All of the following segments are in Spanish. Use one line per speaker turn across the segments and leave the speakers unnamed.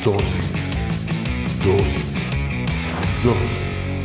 Dosis, dosis, dosis.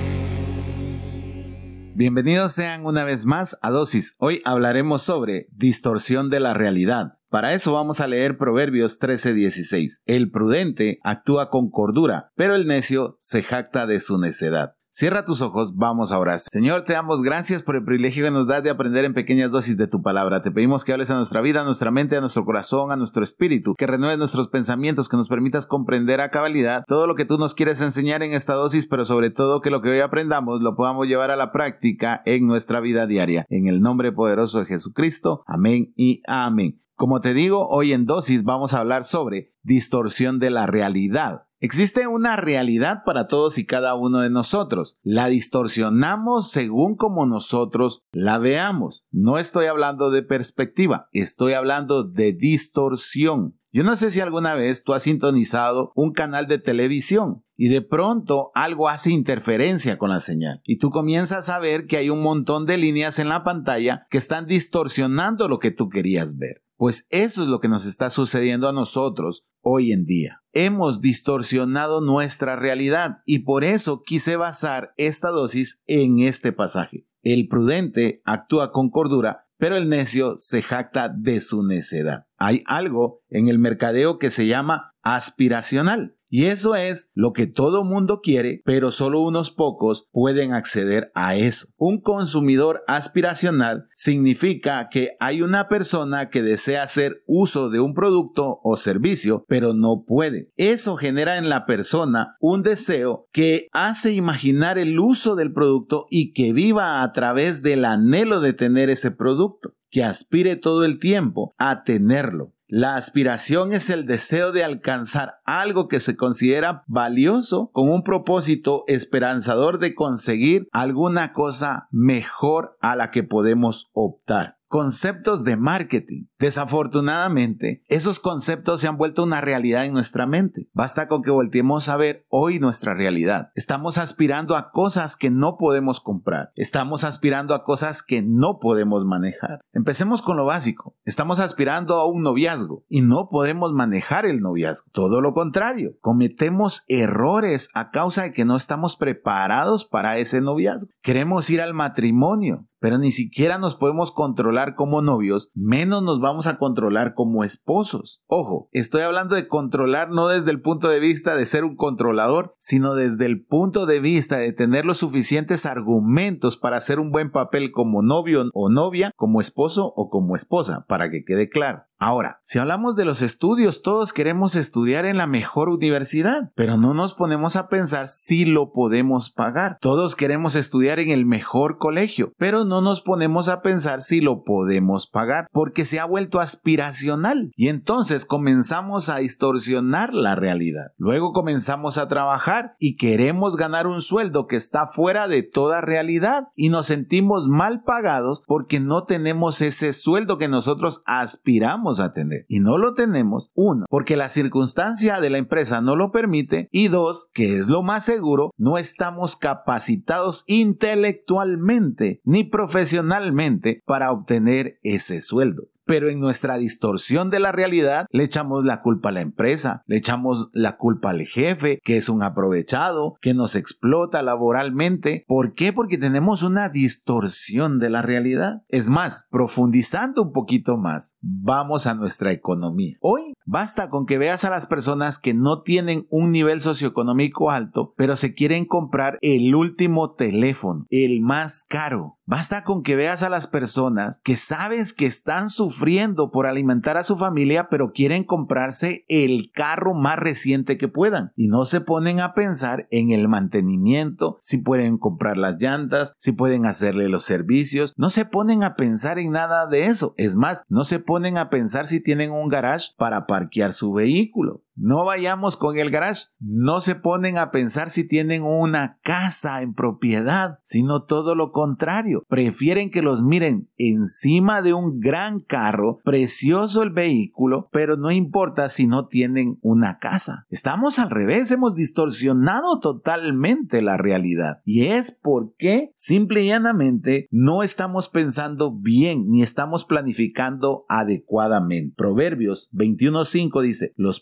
Bienvenidos sean una vez más a Dosis. Hoy hablaremos sobre distorsión de la realidad. Para eso vamos a leer Proverbios 13:16. El prudente actúa con cordura, pero el necio se jacta de su necedad. Cierra tus ojos, vamos a orar. Señor, te damos gracias por el privilegio que nos das de aprender en pequeñas dosis de tu palabra. Te pedimos que hables a nuestra vida, a nuestra mente, a nuestro corazón, a nuestro espíritu, que renueves nuestros pensamientos, que nos permitas comprender a cabalidad todo lo que tú nos quieres enseñar en esta dosis, pero sobre todo que lo que hoy aprendamos lo podamos llevar a la práctica en nuestra vida diaria. En el nombre poderoso de Jesucristo, amén y amén. Como te digo, hoy en Dosis vamos a hablar sobre distorsión de la realidad. Existe una realidad para todos y cada uno de nosotros. La distorsionamos según como nosotros la veamos. No estoy hablando de perspectiva, estoy hablando de distorsión. Yo no sé si alguna vez tú has sintonizado un canal de televisión y de pronto algo hace interferencia con la señal y tú comienzas a ver que hay un montón de líneas en la pantalla que están distorsionando lo que tú querías ver. Pues eso es lo que nos está sucediendo a nosotros hoy en día. Hemos distorsionado nuestra realidad y por eso quise basar esta dosis en este pasaje. El prudente actúa con cordura, pero el necio se jacta de su necedad. Hay algo en el mercadeo que se llama aspiracional. Y eso es lo que todo mundo quiere, pero solo unos pocos pueden acceder a eso. Un consumidor aspiracional significa que hay una persona que desea hacer uso de un producto o servicio, pero no puede. Eso genera en la persona un deseo que hace imaginar el uso del producto y que viva a través del anhelo de tener ese producto, que aspire todo el tiempo a tenerlo. La aspiración es el deseo de alcanzar algo que se considera valioso con un propósito esperanzador de conseguir alguna cosa mejor a la que podemos optar. Conceptos de marketing. Desafortunadamente, esos conceptos se han vuelto una realidad en nuestra mente. Basta con que volteemos a ver hoy nuestra realidad. Estamos aspirando a cosas que no podemos comprar. Estamos aspirando a cosas que no podemos manejar. Empecemos con lo básico. Estamos aspirando a un noviazgo y no podemos manejar el noviazgo. Todo lo contrario. Cometemos errores a causa de que no estamos preparados para ese noviazgo. Queremos ir al matrimonio, pero ni siquiera nos podemos controlar como novios, menos nos vamos a controlar como esposos. Ojo, estoy hablando de controlar no desde el punto de vista de ser un controlador, sino desde el punto de vista de tener los suficientes argumentos para hacer un buen papel como novio o novia, como esposo o como esposa, para que quede claro. Ahora, si hablamos de los estudios, todos queremos estudiar en la mejor universidad, pero no nos ponemos a pensar si lo podemos pagar. Todos queremos estudiar en el mejor colegio, pero no nos ponemos a pensar si lo podemos pagar, porque se ha vuelto aspiracional y entonces comenzamos a distorsionar la realidad. Luego comenzamos a trabajar y queremos ganar un sueldo que está fuera de toda realidad y nos sentimos mal pagados porque no tenemos ese sueldo que nosotros aspiramos a tener. Y no lo tenemos, uno, porque la circunstancia de la empresa no lo permite, y dos, que es lo más seguro, no estamos capacitados intelectualmente ni profesionalmente para obtener ese sueldo. Pero en nuestra distorsión de la realidad le echamos la culpa a la empresa, le echamos la culpa al jefe, que es un aprovechado, que nos explota laboralmente. ¿Por qué? Porque tenemos una distorsión de la realidad. Es más, profundizando un poquito más, vamos a nuestra economía. Hoy basta con que veas a las personas que no tienen un nivel socioeconómico alto, pero se quieren comprar el último teléfono, el más caro. Basta con que veas a las personas que sabes que están sufriendo por alimentar a su familia, pero quieren comprarse el carro más reciente que puedan y no se ponen a pensar en el mantenimiento, si pueden comprar las llantas, si pueden hacerle los servicios. No se ponen a pensar en nada de eso. Es más, no se ponen a pensar si tienen un garage para parquear su vehículo. No vayamos con el garage. No se ponen a pensar si tienen una casa en propiedad, sino todo lo contrario. Prefieren que los miren encima de un gran carro, precioso el vehículo, pero no importa si no tienen una casa. Estamos al revés, hemos distorsionado totalmente la realidad. Y es porque simple y llanamente no estamos pensando bien ni estamos planificando adecuadamente. Proverbios 21:5 dice: los planes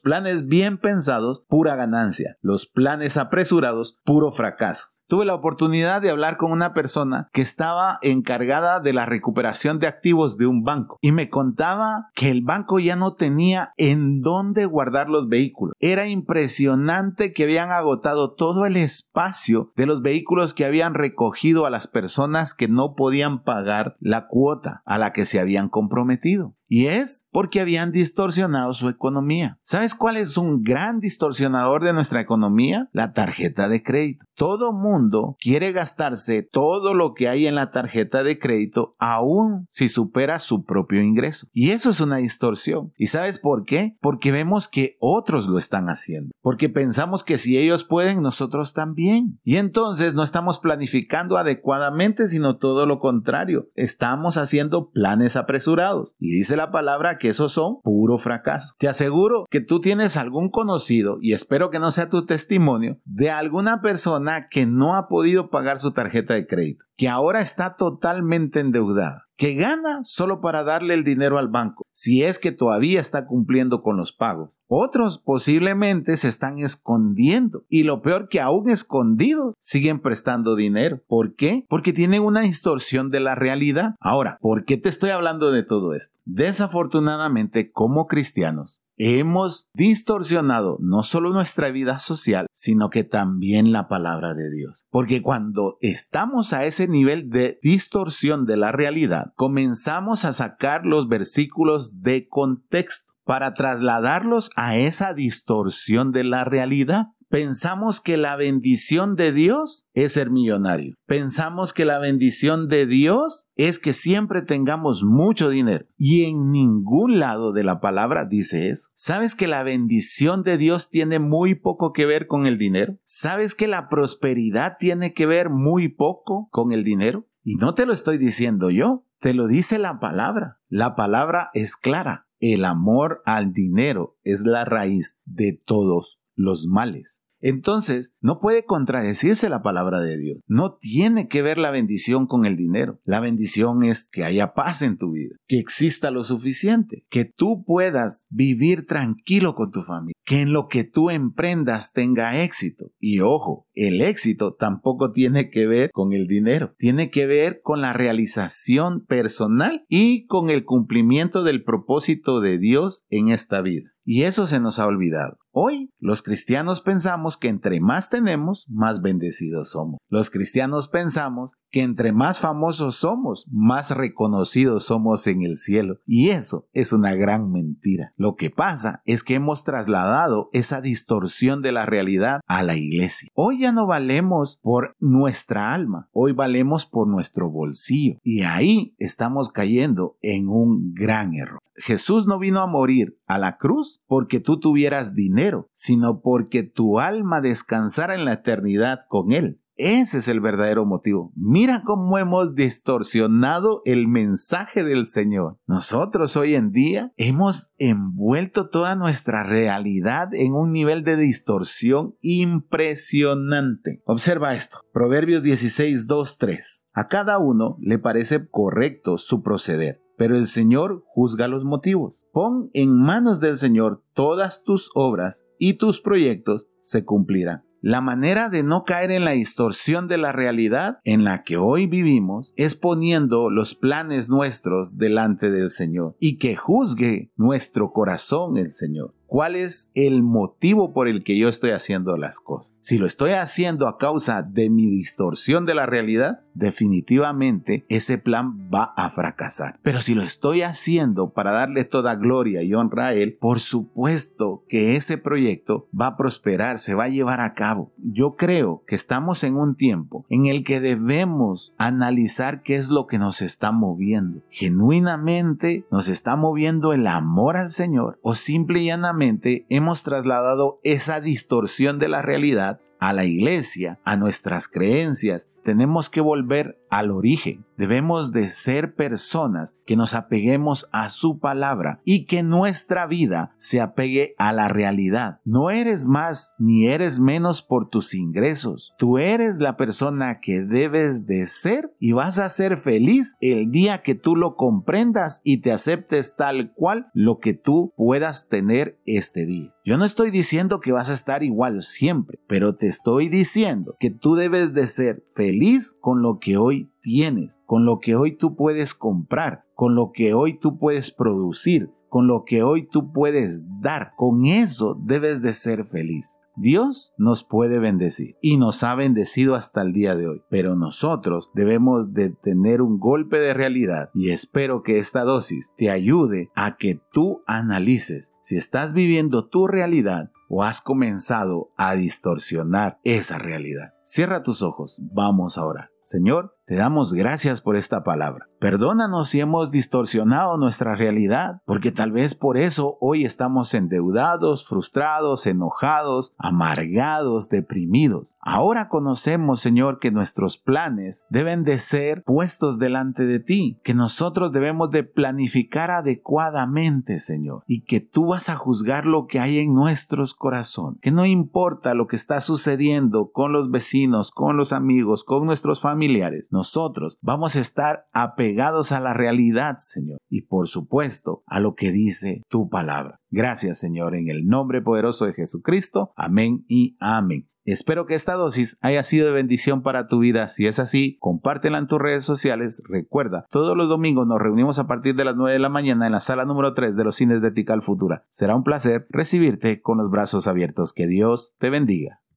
bien pensados, pura ganancia. Los planes apresurados, puro fracaso. Tuve la oportunidad de hablar con una persona que estaba encargada de la recuperación de activos de un banco y me contaba que el banco ya no tenía en dónde guardar los vehículos. Era impresionante que habían agotado todo el espacio de los vehículos que habían recogido a las personas que no podían pagar la cuota a la que se habían comprometido. Y es porque habían distorsionado su economía. ¿Sabes cuál es un gran distorsionador de nuestra economía? La tarjeta de crédito. Todo mundo quiere gastarse todo lo que hay en la tarjeta de crédito, aun si supera su propio ingreso. Y eso es una distorsión. ¿Y sabes por qué? Porque vemos que otros lo están haciendo. Porque pensamos que si ellos pueden, nosotros también. Y entonces no estamos planificando adecuadamente, sino todo lo contrario. Estamos haciendo planes apresurados. Y dice la palabra que esos son puro fracaso. Te aseguro que tú tienes algún conocido, y espero que no sea tu testimonio, de alguna persona que no ha podido pagar su tarjeta de crédito, que ahora está totalmente endeudada, que gana solo para darle el dinero al banco, si es que todavía está cumpliendo con los pagos. Otros posiblemente se están escondiendo, y lo peor, que aún escondidos siguen prestando dinero. ¿Por qué? Porque tienen una distorsión de la realidad. Ahora, ¿por qué te estoy hablando de todo esto? Desafortunadamente, como cristianos, hemos distorsionado no solo nuestra vida social, sino que también la palabra de Dios. Porque cuando estamos a ese nivel de distorsión de la realidad, comenzamos a sacar los versículos de contexto para trasladarlos a esa distorsión de la realidad. Pensamos que la bendición de Dios es ser millonario. Pensamos que la bendición de Dios es que siempre tengamos mucho dinero. Y en ningún lado de la palabra dice eso. ¿Sabes que la bendición de Dios tiene muy poco que ver con el dinero? ¿Sabes que la prosperidad tiene que ver muy poco con el dinero? Y no te lo estoy diciendo yo, te lo dice la palabra. La palabra es clara. El amor al dinero es la raíz de todos los males. Entonces, no puede contradecirse la palabra de Dios. No tiene que ver la bendición con el dinero. La bendición es que haya paz en tu vida, que exista lo suficiente, que tú puedas vivir tranquilo con tu familia, que en lo que tú emprendas tenga éxito. Y ojo, el éxito tampoco tiene que ver con el dinero. Tiene que ver con la realización personal y con el cumplimiento del propósito de Dios en esta vida. Y eso se nos ha olvidado. Hoy, los cristianos pensamos que entre más tenemos, más bendecidos somos. Los cristianos pensamos que entre más famosos somos, más reconocidos somos en el cielo. Y eso es una gran mentira. Lo que pasa es que hemos trasladado esa distorsión de la realidad a la iglesia. Hoy ya no valemos por nuestra alma, hoy valemos por nuestro bolsillo. Y ahí estamos cayendo en un gran error. Jesús no vino a morir a la cruz porque tú tuvieras dinero, sino porque tu alma descansara en la eternidad con Él. Ese es el verdadero motivo. Mira cómo hemos distorsionado el mensaje del Señor. Nosotros hoy en día hemos envuelto toda nuestra realidad en un nivel de distorsión impresionante. Observa esto. Proverbios 16, 2, 3. A cada uno le parece correcto su proceder, pero el Señor juzga los motivos. Pon en manos del Señor todas tus obras y tus proyectos se cumplirán. La manera de no caer en la distorsión de la realidad en la que hoy vivimos es poniendo los planes nuestros delante del Señor y que juzgue nuestro corazón el Señor. ¿Cuál es el motivo por el que yo estoy haciendo las cosas? Si lo estoy haciendo a causa de mi distorsión de la realidad, definitivamente ese plan va a fracasar. Pero si lo estoy haciendo para darle toda gloria y honra a Él, por supuesto que ese proyecto va a prosperar, se va a llevar a cabo. Yo creo que estamos en un tiempo en el que debemos analizar qué es lo que nos está moviendo. ¿Genuinamente nos está moviendo el amor al Señor o simple y llanamente hemos trasladado esa distorsión de la realidad a la iglesia, a nuestras creencias tenemos que volver al origen. Debemos de ser personas que nos apeguemos a su palabra y que nuestra vida se apegue a la realidad. No eres más ni eres menos por tus ingresos. Tú eres la persona que debes de ser y vas a ser feliz el día que tú lo comprendas y te aceptes tal cual lo que tú puedas tener este día. Yo no estoy diciendo que vas a estar igual siempre, pero te estoy diciendo que tú debes de ser feliz con lo que hoy tienes, con lo que hoy tú puedes comprar, con lo que hoy tú puedes producir, con lo que hoy tú puedes dar. Con eso debes de ser feliz. Dios nos puede bendecir y nos ha bendecido hasta el día de hoy, pero nosotros debemos de tener un golpe de realidad y espero que esta dosis te ayude a que tú analices si estás viviendo tu realidad o has comenzado a distorsionar esa realidad. Cierra tus ojos, vamos a orar. Señor, te damos gracias por esta palabra. Perdónanos si hemos distorsionado nuestra realidad, porque tal vez por eso hoy estamos endeudados, frustrados, enojados, amargados, deprimidos. Ahora conocemos, Señor, que nuestros planes deben de ser puestos delante de ti, que nosotros debemos de planificar adecuadamente, Señor, y que tú vas a juzgar lo que hay en nuestros corazones, que no importa lo que está sucediendo con los vecinos, con los amigos, con nuestros familiares, nosotros vamos a estar apegados a la realidad, Señor, y por supuesto a lo que dice tu palabra. Gracias, Señor, en el nombre poderoso de Jesucristo. Amén y amén. Espero que esta dosis haya sido de bendición para tu vida. Si es así, compártela en tus redes sociales. Recuerda, todos los domingos nos reunimos a partir de las 9 de la mañana en la sala número 3 de los cines de Tikal Futura. Será un placer recibirte con los brazos abiertos. Que Dios te bendiga.